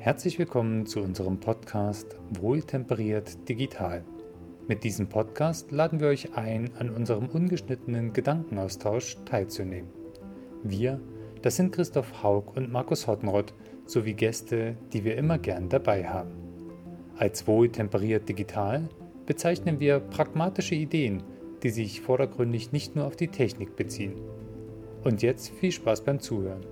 Herzlich willkommen zu unserem Podcast Wohltemperiert Digital. Mit diesem Podcast laden wir euch ein, an unserem ungeschnittenen Gedankenaustausch teilzunehmen. Wir, das sind Christoph Haug und Markus Hottenrott, sowie Gäste, die wir immer gern dabei haben. Als Wohltemperiert Digital bezeichnen wir pragmatische Ideen, die sich vordergründig nicht nur auf die Technik beziehen. Und jetzt viel Spaß beim Zuhören.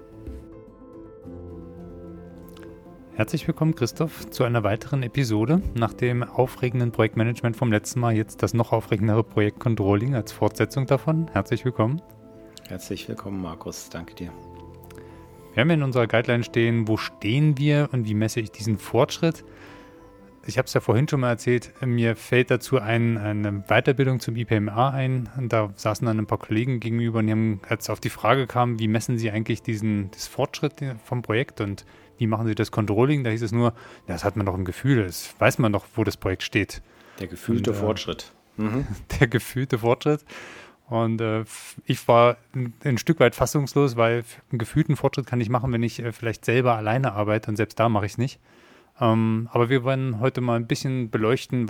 Herzlich willkommen, Christoph, zu einer weiteren Episode. Nach dem aufregenden Projektmanagement vom letzten Mal jetzt das noch aufregendere Projekt Controlling als Fortsetzung davon. Herzlich willkommen. Herzlich willkommen, Markus. Danke dir. Wir haben in unserer Guideline stehen, wo stehen wir und wie messe ich diesen Fortschritt. Ich habe es ja vorhin schon mal erzählt, mir fällt dazu eine Weiterbildung zum IPMA ein. Und da saßen dann ein paar Kollegen gegenüber und die haben, als auf die Frage kam, wie messen sie eigentlich das Fortschritt vom Projekt und wie machen sie das Controlling, da hieß es nur, ja, das hat man doch im Gefühl, das weiß man doch, wo das Projekt steht. Der gefühlte Fortschritt. Der gefühlte Fortschritt. Und ich war ein Stück weit fassungslos, weil einen gefühlten Fortschritt kann ich machen, wenn ich vielleicht selber alleine arbeite und selbst da mache ich es nicht. Aber wir wollen heute mal ein bisschen beleuchten,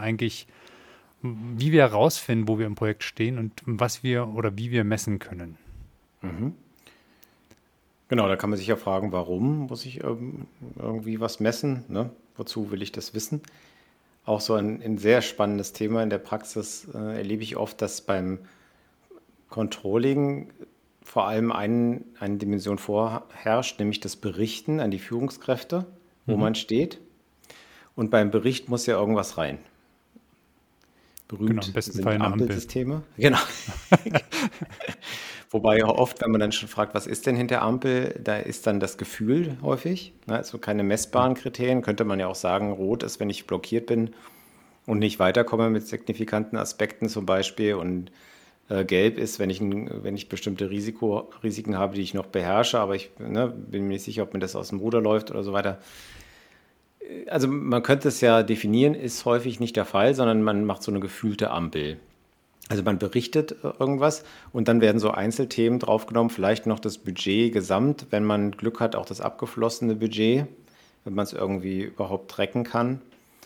wie wir herausfinden, wo wir im Projekt stehen und wie wir messen können. Mhm. Genau, da kann man sich ja fragen, warum muss ich irgendwie was messen? Ne? Wozu will ich das wissen? Auch so ein sehr spannendes Thema in der Praxis erlebe ich oft, dass beim Controlling vor allem eine Dimension vorherrscht, nämlich das Berichten an die Führungskräfte, wo man steht. Und beim Bericht muss ja irgendwas rein. Berühmt Genau, am besten sind Fall eine Ampel. Ampelsysteme. Genau. Wobei ja oft, wenn man dann schon fragt, was ist denn hinter Ampel, da ist dann das Gefühl häufig. Also keine messbaren Kriterien. Könnte man ja auch sagen, rot ist, wenn ich blockiert bin und nicht weiterkomme mit signifikanten Aspekten zum Beispiel. Und gelb ist, wenn ich bestimmte Risiken habe, die ich noch beherrsche, aber ich bin mir nicht sicher, ob mir das aus dem Ruder läuft oder so weiter. Also man könnte es ja definieren, ist häufig nicht der Fall, sondern man macht so eine gefühlte Ampel. Also man berichtet irgendwas und dann werden so Einzelthemen draufgenommen, vielleicht noch das Budget gesamt, wenn man Glück hat, auch das abgeflossene Budget, wenn man es irgendwie überhaupt tracken kann.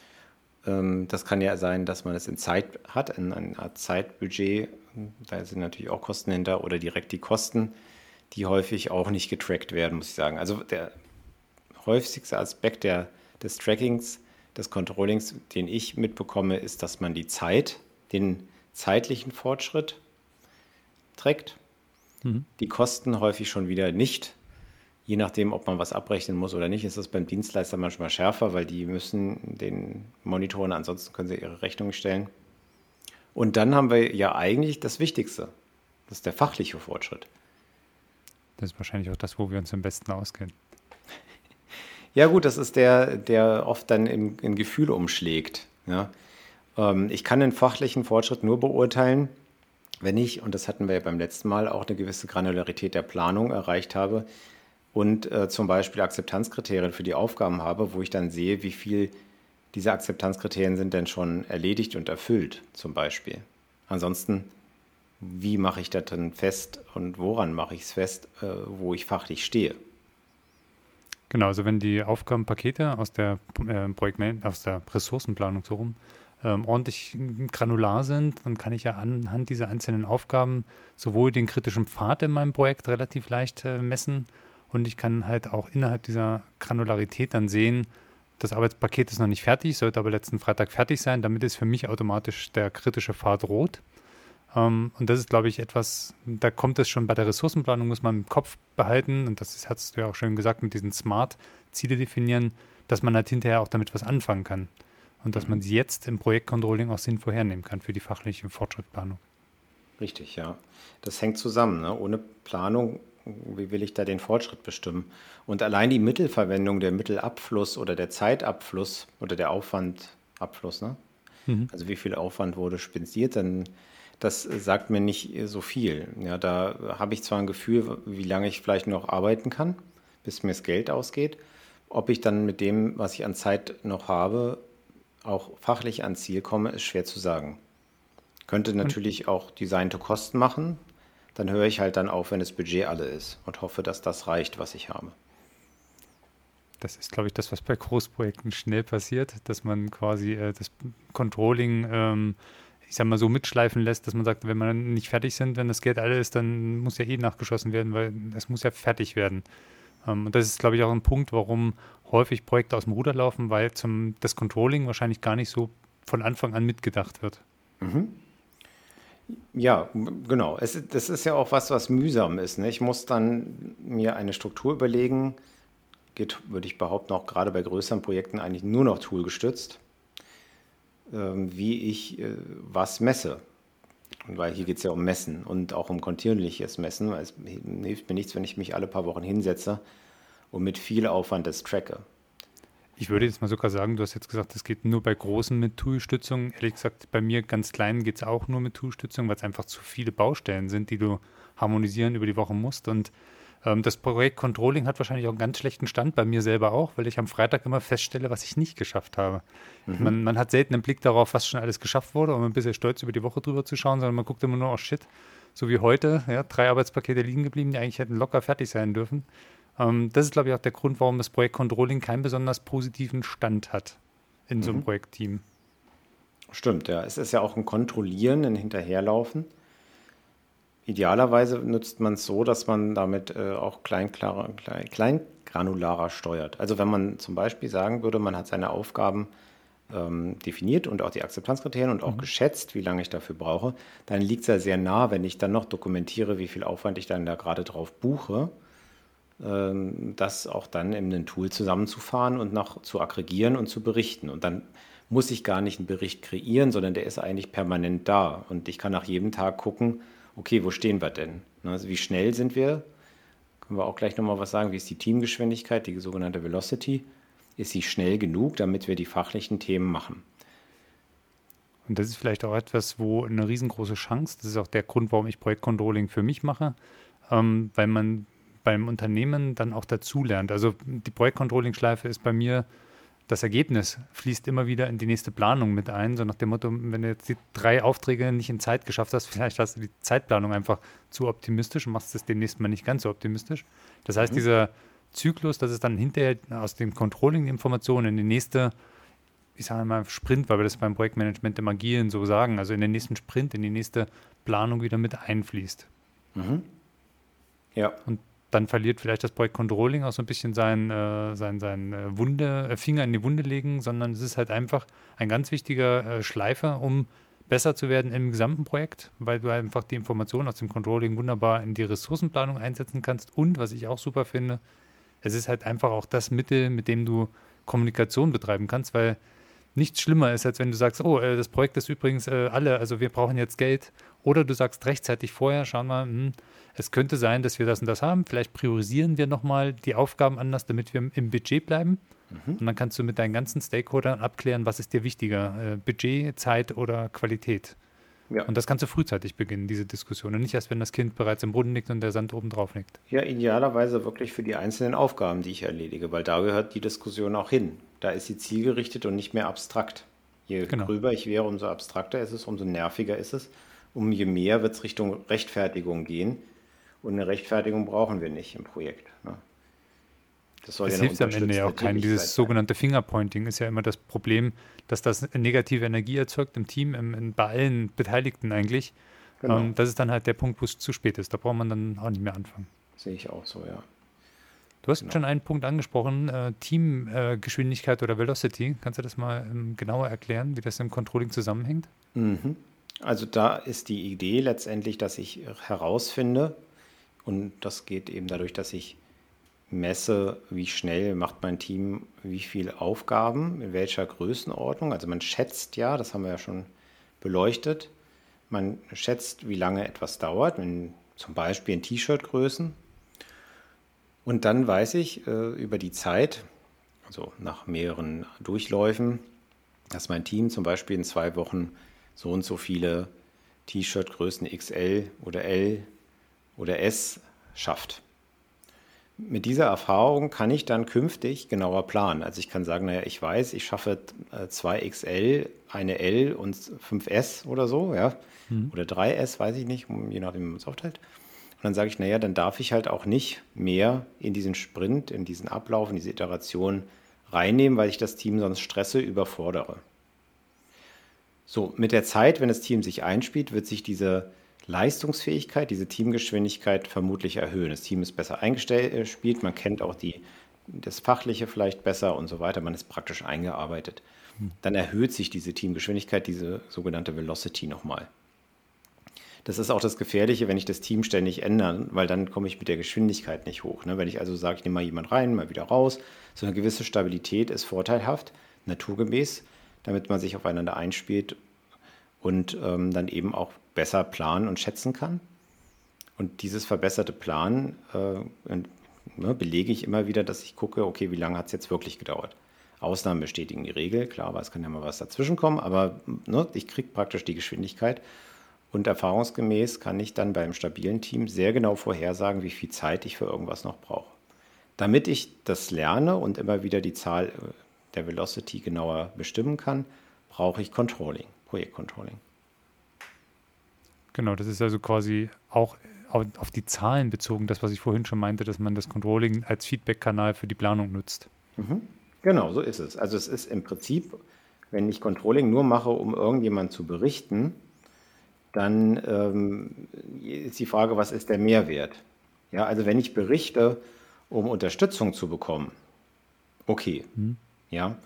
Das kann ja sein, dass man es in Zeit hat, in einer Art Zeitbudget. Da sind natürlich auch Kosten hinter oder direkt die Kosten, die häufig auch nicht getrackt werden, muss ich sagen. Also der häufigste Aspekt des Trackings, des Controllings, den ich mitbekomme, ist, dass man den zeitlichen Fortschritt trackt. Die Kosten häufig schon wieder nicht. Je nachdem, ob man was abrechnen muss oder nicht, ist das beim Dienstleister manchmal schärfer, weil die müssen den monitoren, ansonsten können sie ihre Rechnung stellen. Und dann haben wir ja eigentlich das Wichtigste. Das ist der fachliche Fortschritt. Das ist wahrscheinlich auch das, wo wir uns am besten auskennen. Ja gut, das ist der oft dann in Gefühle umschlägt. Ja. Ich kann den fachlichen Fortschritt nur beurteilen, wenn ich, und das hatten wir ja beim letzten Mal, auch eine gewisse Granularität der Planung erreicht habe und zum Beispiel Akzeptanzkriterien für die Aufgaben habe, wo ich dann sehe, wie viel diese Akzeptanzkriterien sind denn schon erledigt und erfüllt, zum Beispiel. Ansonsten, wie mache ich das dann fest und woran mache ich es fest, wo ich fachlich stehe? Genau, also wenn die Aufgabenpakete aus der aus der Ressourcenplanung so rum ordentlich granular sind, dann kann ich ja anhand dieser einzelnen Aufgaben sowohl den kritischen Pfad in meinem Projekt relativ leicht messen und ich kann halt auch innerhalb dieser Granularität dann sehen, das Arbeitspaket ist noch nicht fertig, sollte aber letzten Freitag fertig sein, damit ist für mich automatisch der kritische Pfad rot. Und das ist, glaube ich, etwas, da kommt es schon bei der Ressourcenplanung, muss man im Kopf behalten, und das hast du ja auch schön gesagt, mit diesen Smart-Ziele definieren, dass man halt hinterher auch damit was anfangen kann. Und dass man sie jetzt im Projektcontrolling auch sinnvoll hernehmen kann für die fachliche Fortschrittsplanung. Richtig, ja. Das hängt zusammen. Ne? Ohne Planung, wie will ich da den Fortschritt bestimmen? Und allein die Mittelverwendung, der Mittelabfluss oder der Zeitabfluss oder der Aufwandabfluss, ne? Also wie viel Aufwand wurde spendiert, dann das sagt mir nicht so viel. Ja, da habe ich zwar ein Gefühl, wie lange ich vielleicht noch arbeiten kann, bis mir das Geld ausgeht. Ob ich dann mit dem, was ich an Zeit noch habe, auch fachlich ans Ziel komme, ist schwer zu sagen. Könnte natürlich auch Design to Cost machen. Dann höre ich halt dann auf, wenn das Budget alle ist und hoffe, dass das reicht, was ich habe. Das ist, glaube ich, das, was bei Großprojekten schnell passiert, dass man quasi das Controlling, ich sag mal, so mitschleifen lässt, dass man sagt, wenn wir nicht fertig sind, wenn das Geld alle ist, dann muss ja eh nachgeschossen werden, weil es muss ja fertig werden. Und das ist, glaube ich, auch ein Punkt, warum häufig Projekte aus dem Ruder laufen, weil das Controlling wahrscheinlich gar nicht so von Anfang an mitgedacht wird. Ja, genau. Das ist ja auch was mühsam ist. Ne? Ich muss dann mir eine Struktur überlegen, geht, würde ich behaupten, auch gerade bei größeren Projekten eigentlich nur noch toolgestützt, wie ich was messe. Und weil hier geht es ja um Messen und auch um kontinuierliches Messen. Weil es hilft mir nichts, wenn ich mich alle paar Wochen hinsetze und mit viel Aufwand das tracke. Ich würde jetzt mal sogar sagen, du hast jetzt gesagt, es geht nur bei großen mit Toolstützung. Ehrlich gesagt, bei mir ganz kleinen geht es auch nur mit Toolstützung, weil es einfach zu viele Baustellen sind, die du harmonisieren über die Woche musst. Und das Projekt Controlling hat wahrscheinlich auch einen ganz schlechten Stand, bei mir selber auch, weil ich am Freitag immer feststelle, was ich nicht geschafft habe. Man hat selten einen Blick darauf, was schon alles geschafft wurde, um ein bisschen stolz über die Woche drüber zu schauen, sondern man guckt immer nur, oh shit, so wie heute, ja, 3 Arbeitspakete liegen geblieben, die eigentlich hätten locker fertig sein dürfen. Das ist, glaube ich, auch der Grund, warum das Projekt Controlling keinen besonders positiven Stand hat in so einem Projektteam. Stimmt, ja. Es ist ja auch ein Kontrollieren, ein Hinterherlaufen. Idealerweise nutzt man es so, dass man damit auch kleingranularer steuert. Also wenn man zum Beispiel sagen würde, man hat seine Aufgaben definiert und auch die Akzeptanzkriterien und auch geschätzt, wie lange ich dafür brauche, dann liegt es ja sehr nah, wenn ich dann noch dokumentiere, wie viel Aufwand ich dann da gerade drauf buche, das auch dann in ein Tool zusammenzufahren und noch zu aggregieren und zu berichten. Und dann muss ich gar nicht einen Bericht kreieren, sondern der ist eigentlich permanent da. Und ich kann nach jedem Tag gucken, okay, wo stehen wir denn? Also wie schnell sind wir? Können wir auch gleich nochmal was sagen, wie ist die Teamgeschwindigkeit, die sogenannte Velocity? Ist sie schnell genug, damit wir die fachlichen Themen machen? Und das ist vielleicht auch etwas, wo eine riesengroße Chance, das ist auch der Grund, warum ich Projektcontrolling für mich mache, weil man beim Unternehmen dann auch dazulernt. Also die Projektcontrolling-Schleife ist bei mir, das Ergebnis fließt immer wieder in die nächste Planung mit ein, so nach dem Motto, wenn du jetzt die 3 Aufträge nicht in Zeit geschafft hast, vielleicht hast du die Zeitplanung einfach zu optimistisch und machst es demnächst mal nicht ganz so optimistisch. Das heißt, dieser Zyklus, dass es dann hinterher aus dem Controlling die Informationen in die nächste, ich sage mal Sprint, weil wir das beim Projektmanagement im Agilen so sagen, also in den nächsten Sprint, in die nächste Planung wieder mit einfließt. Ja. Und dann verliert vielleicht das Projekt Controlling auch so ein bisschen sein Finger in die Wunde legen, sondern es ist halt einfach ein ganz wichtiger Schleifer, um besser zu werden im gesamten Projekt, weil du einfach die Informationen aus dem Controlling wunderbar in die Ressourcenplanung einsetzen kannst. Und was ich auch super finde, es ist halt einfach auch das Mittel, mit dem du Kommunikation betreiben kannst, weil nichts schlimmer ist, als wenn du sagst, oh, das Projekt ist übrigens also wir brauchen jetzt Geld. Oder du sagst rechtzeitig vorher, schauen wir, es könnte sein, dass wir das und das haben. Vielleicht priorisieren wir nochmal die Aufgaben anders, damit wir im Budget bleiben. Und dann kannst du mit deinen ganzen Stakeholdern abklären, was ist dir wichtiger, Budget, Zeit oder Qualität. Ja. Und das kannst du frühzeitig beginnen, diese Diskussion. Und nicht erst, wenn das Kind bereits im Brunnen liegt und der Sand oben drauf liegt. Ja, idealerweise wirklich für die einzelnen Aufgaben, die ich erledige, weil da gehört die Diskussion auch hin. Da ist sie zielgerichtet und nicht mehr abstrakt. Je gröber ich wäre, umso abstrakter ist es, umso nerviger ist es. Je mehr wird es Richtung Rechtfertigung gehen. Und eine Rechtfertigung brauchen wir nicht im Projekt. Ne? Das soll Es ja eine hilft am Ende ja auch keinem. Tätigkeit Dieses sein. sogenannte Fingerpointing ist ja immer das Problem, dass das negative Energie erzeugt im Team, bei allen Beteiligten eigentlich. Genau. Das ist dann halt der Punkt, wo es zu spät ist. Da braucht man dann auch nicht mehr anfangen. Sehe ich auch so, ja. Du hast schon einen Punkt angesprochen, Teamgeschwindigkeit oder Velocity. Kannst du das mal genauer erklären, wie das im Controlling zusammenhängt? Also da ist die Idee letztendlich, dass ich herausfinde, und das geht eben dadurch, dass ich messe, wie schnell macht mein Team wie viele Aufgaben, in welcher Größenordnung. Also man schätzt ja, das haben wir ja schon beleuchtet, man schätzt, wie lange etwas dauert, zum Beispiel in T-Shirt-Größen. Und dann weiß ich über die Zeit, also nach mehreren Durchläufen, dass mein Team zum Beispiel in 2 Wochen so und so viele T-Shirt-Größen XL oder L oder S schafft. Mit dieser Erfahrung kann ich dann künftig genauer planen. Also ich kann sagen, naja, ich weiß, ich schaffe 2 XL, eine L und 5 S oder so, ja, oder 3 S, weiß ich nicht, je nachdem, wie man es aufteilt. Und dann sage ich, naja, dann darf ich halt auch nicht mehr in diesen Sprint, in diesen Ablauf, in diese Iteration reinnehmen, weil ich das Team sonst stresse, überfordere. So, mit der Zeit, wenn das Team sich einspielt, wird sich diese Leistungsfähigkeit, diese Teamgeschwindigkeit vermutlich erhöhen. Das Team ist besser eingespielt, man kennt auch das Fachliche vielleicht besser und so weiter, man ist praktisch eingearbeitet. Dann erhöht sich diese Teamgeschwindigkeit, diese sogenannte Velocity nochmal. Das ist auch das Gefährliche, wenn ich das Team ständig ändere, weil dann komme ich mit der Geschwindigkeit nicht hoch. Ne? Wenn ich also sage, ich nehme mal jemanden rein, mal wieder raus, so eine gewisse Stabilität ist vorteilhaft, naturgemäß, damit man sich aufeinander einspielt und dann eben auch besser planen und schätzen kann. Und dieses verbesserte Planen belege ich immer wieder, dass ich gucke, okay, wie lange hat es jetzt wirklich gedauert? Ausnahmen bestätigen die Regel, klar, aber es kann ja mal was dazwischen kommen, aber ich kriege praktisch die Geschwindigkeit. Und erfahrungsgemäß kann ich dann beim stabilen Team sehr genau vorhersagen, wie viel Zeit ich für irgendwas noch brauche. Damit ich das lerne und immer wieder die Zahl der Velocity genauer bestimmen kann, brauche ich Controlling, Projektcontrolling. Genau, das ist also quasi auch auf die Zahlen bezogen, das, was ich vorhin schon meinte, dass man das Controlling als Feedback-Kanal für die Planung nutzt. Genau, so ist es. Also es ist im Prinzip, wenn ich Controlling nur mache, um irgendjemand zu berichten, dann ist die Frage, was ist der Mehrwert? Ja, also wenn ich berichte, um Unterstützung zu bekommen, okay, ja,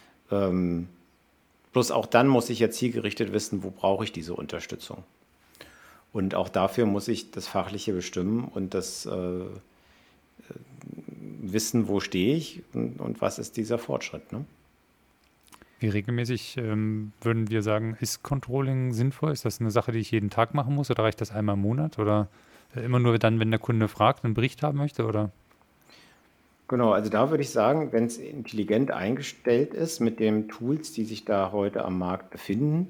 bloß auch dann muss ich ja zielgerichtet wissen, wo brauche ich diese Unterstützung. Und auch dafür muss ich das Fachliche bestimmen und das wissen, wo stehe ich und was ist dieser Fortschritt. Ne? Wie regelmäßig würden wir sagen, ist Controlling sinnvoll? Ist das eine Sache, die ich jeden Tag machen muss oder reicht das einmal im Monat? Oder immer nur dann, wenn der Kunde fragt, einen Bericht haben möchte? Oder? Genau, also da würde ich sagen, wenn es intelligent eingestellt ist mit den Tools, die sich da heute am Markt befinden,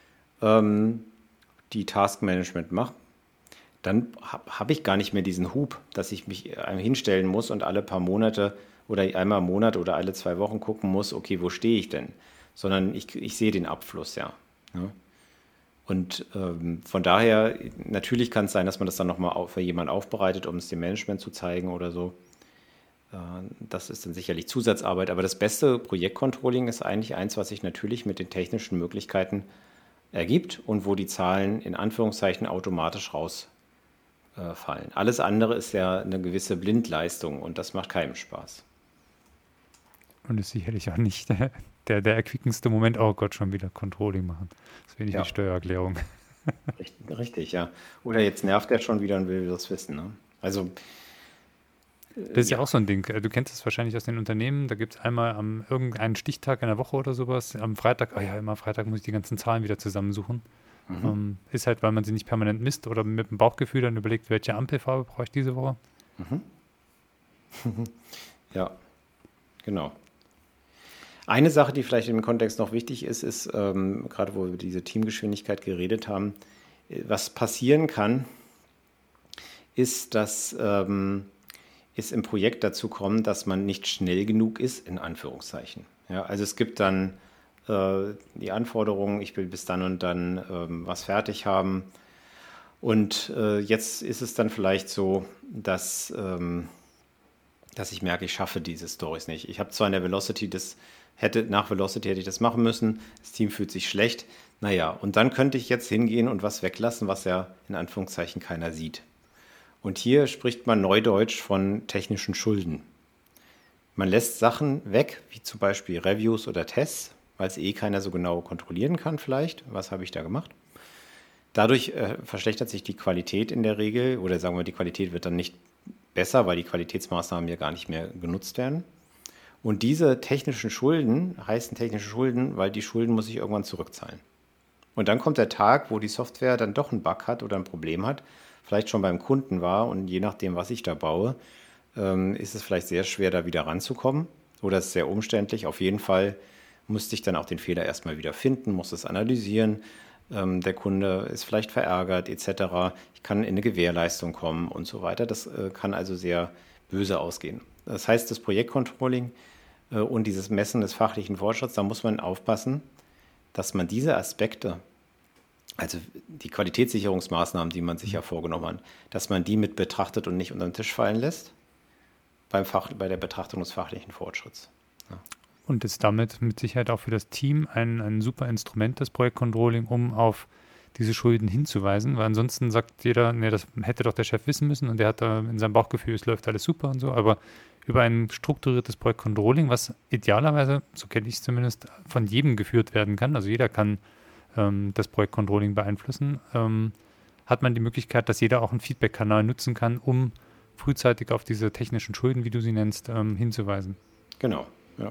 die Taskmanagement machen, dann habe ich gar nicht mehr diesen Hub, dass ich mich hinstellen muss und alle paar Monate oder einmal im Monat oder alle 2 Wochen gucken muss, okay, wo stehe ich denn? Sondern ich sehe den Abfluss, ja. Und von daher, natürlich kann es sein, dass man das dann nochmal für jemanden aufbereitet, um es dem Management zu zeigen oder so. Das ist dann sicherlich Zusatzarbeit, aber das beste Projektcontrolling ist eigentlich eins, was sich natürlich mit den technischen Möglichkeiten ergibt und wo die Zahlen in Anführungszeichen automatisch rausfallen. Alles andere ist ja eine gewisse Blindleistung und das macht keinem Spaß. Und ist sicherlich auch nicht der erquickendste Moment, oh Gott, schon wieder Controlling machen. Das ist wenig wie Steuererklärung. Richtig, ja. Oder jetzt nervt er schon wieder und will das wissen. Ne? Also das ist ja auch so ein Ding. Du kennst es wahrscheinlich aus den Unternehmen. Da gibt es einmal am irgendeinen Stichtag in der Woche oder sowas. Am Freitag, oh ja, immer Freitag muss ich die ganzen Zahlen wieder zusammensuchen. Ist halt, weil man sie nicht permanent misst oder mit dem Bauchgefühl dann überlegt, welche Ampelfarbe brauche ich diese Woche. Ja, genau. Eine Sache, die vielleicht im Kontext noch wichtig ist, gerade wo wir über diese Teamgeschwindigkeit geredet haben, was passieren kann, ist, dass es im Projekt dazu kommt, dass man nicht schnell genug ist, in Anführungszeichen. Ja, also es gibt dann die Anforderungen, ich will bis dann und dann was fertig haben. Und jetzt ist es dann vielleicht so, dass ich merke, ich schaffe diese Stories nicht. Ich habe zwar in der Velocity nach Velocity hätte ich das machen müssen, das Team fühlt sich schlecht. Naja, und dann könnte ich jetzt hingehen und was weglassen, was ja in Anführungszeichen keiner sieht. Und hier spricht man neudeutsch von technischen Schulden. Man lässt Sachen weg, wie zum Beispiel Reviews oder Tests, weil es keiner so genau kontrollieren kann vielleicht. Was habe ich da gemacht? Dadurch verschlechtert sich die Qualität in der Regel oder sagen wir, die Qualität wird dann nicht besser, weil die Qualitätsmaßnahmen ja gar nicht mehr genutzt werden. Und diese technischen Schulden heißen technische Schulden, weil die Schulden muss ich irgendwann zurückzahlen. Und dann kommt der Tag, wo die Software dann doch einen Bug hat oder ein Problem hat, vielleicht schon beim Kunden war und je nachdem, was ich da baue, ist es vielleicht sehr schwer, da wieder ranzukommen oder es ist sehr umständlich. Auf jeden Fall musste ich dann auch den Fehler erstmal wieder finden, muss es analysieren. Der Kunde ist vielleicht verärgert etc. Ich kann in eine Gewährleistung kommen und so weiter. Das kann also sehr böse ausgehen. Das heißt, das Projektcontrolling und dieses Messen des fachlichen Fortschritts, da muss man aufpassen, dass man diese Aspekte Also die Qualitätssicherungsmaßnahmen, die man sich ja vorgenommen hat, dass man die mit betrachtet und nicht unter den Tisch fallen lässt bei der Betrachtung des fachlichen Fortschritts. Ja. Und ist damit mit Sicherheit auch für das Team ein super Instrument, das Projektcontrolling, um auf diese Schulden hinzuweisen, weil ansonsten sagt jeder, nee, das hätte doch der Chef wissen müssen und der hat da in seinem Bauchgefühl, es läuft alles super und so, aber über ein strukturiertes Projektcontrolling, was idealerweise, so kenne ich es zumindest, von jedem geführt werden kann, also jeder kann das Projektcontrolling beeinflussen, hat man die Möglichkeit, dass jeder auch einen Feedback-Kanal nutzen kann, um frühzeitig auf diese technischen Schulden, wie du sie nennst, hinzuweisen. Genau, ja.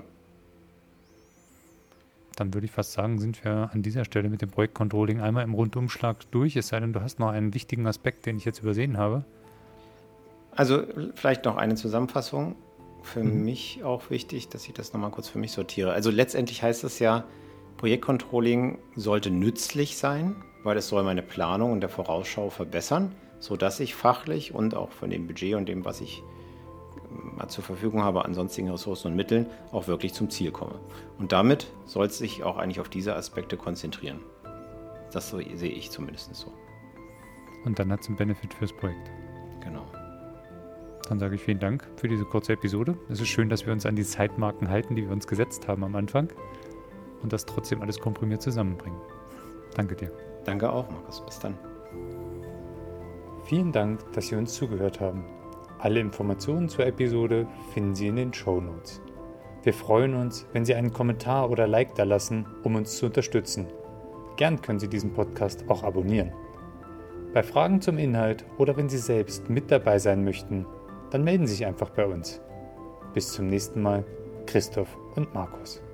Dann würde ich fast sagen, sind wir an dieser Stelle mit dem Projektcontrolling einmal im Rundumschlag durch, es sei denn, du hast noch einen wichtigen Aspekt, den ich jetzt übersehen habe. Also vielleicht noch eine Zusammenfassung. Für mich auch wichtig, dass ich das nochmal kurz für mich sortiere. Also letztendlich heißt es ja, Projektcontrolling sollte nützlich sein, weil es soll meine Planung und der Vorausschau verbessern, sodass ich fachlich und auch von dem Budget und dem, was ich zur Verfügung habe an sonstigen Ressourcen und Mitteln, auch wirklich zum Ziel komme. Und damit soll es sich auch eigentlich auf diese Aspekte konzentrieren. Das so, sehe ich zumindest so. Und dann hat es einen Benefit fürs Projekt. Genau. Dann sage ich vielen Dank für diese kurze Episode. Es ist schön, dass wir uns an die Zeitmarken halten, die wir uns gesetzt haben am Anfang und das trotzdem alles komprimiert zusammenbringen. Danke dir. Danke auch, Markus. Bis dann. Vielen Dank, dass Sie uns zugehört haben. Alle Informationen zur Episode finden Sie in den Shownotes. Wir freuen uns, wenn Sie einen Kommentar oder Like da lassen, um uns zu unterstützen. Gern können Sie diesen Podcast auch abonnieren. Bei Fragen zum Inhalt oder wenn Sie selbst mit dabei sein möchten, dann melden Sie sich einfach bei uns. Bis zum nächsten Mal, Christoph und Markus.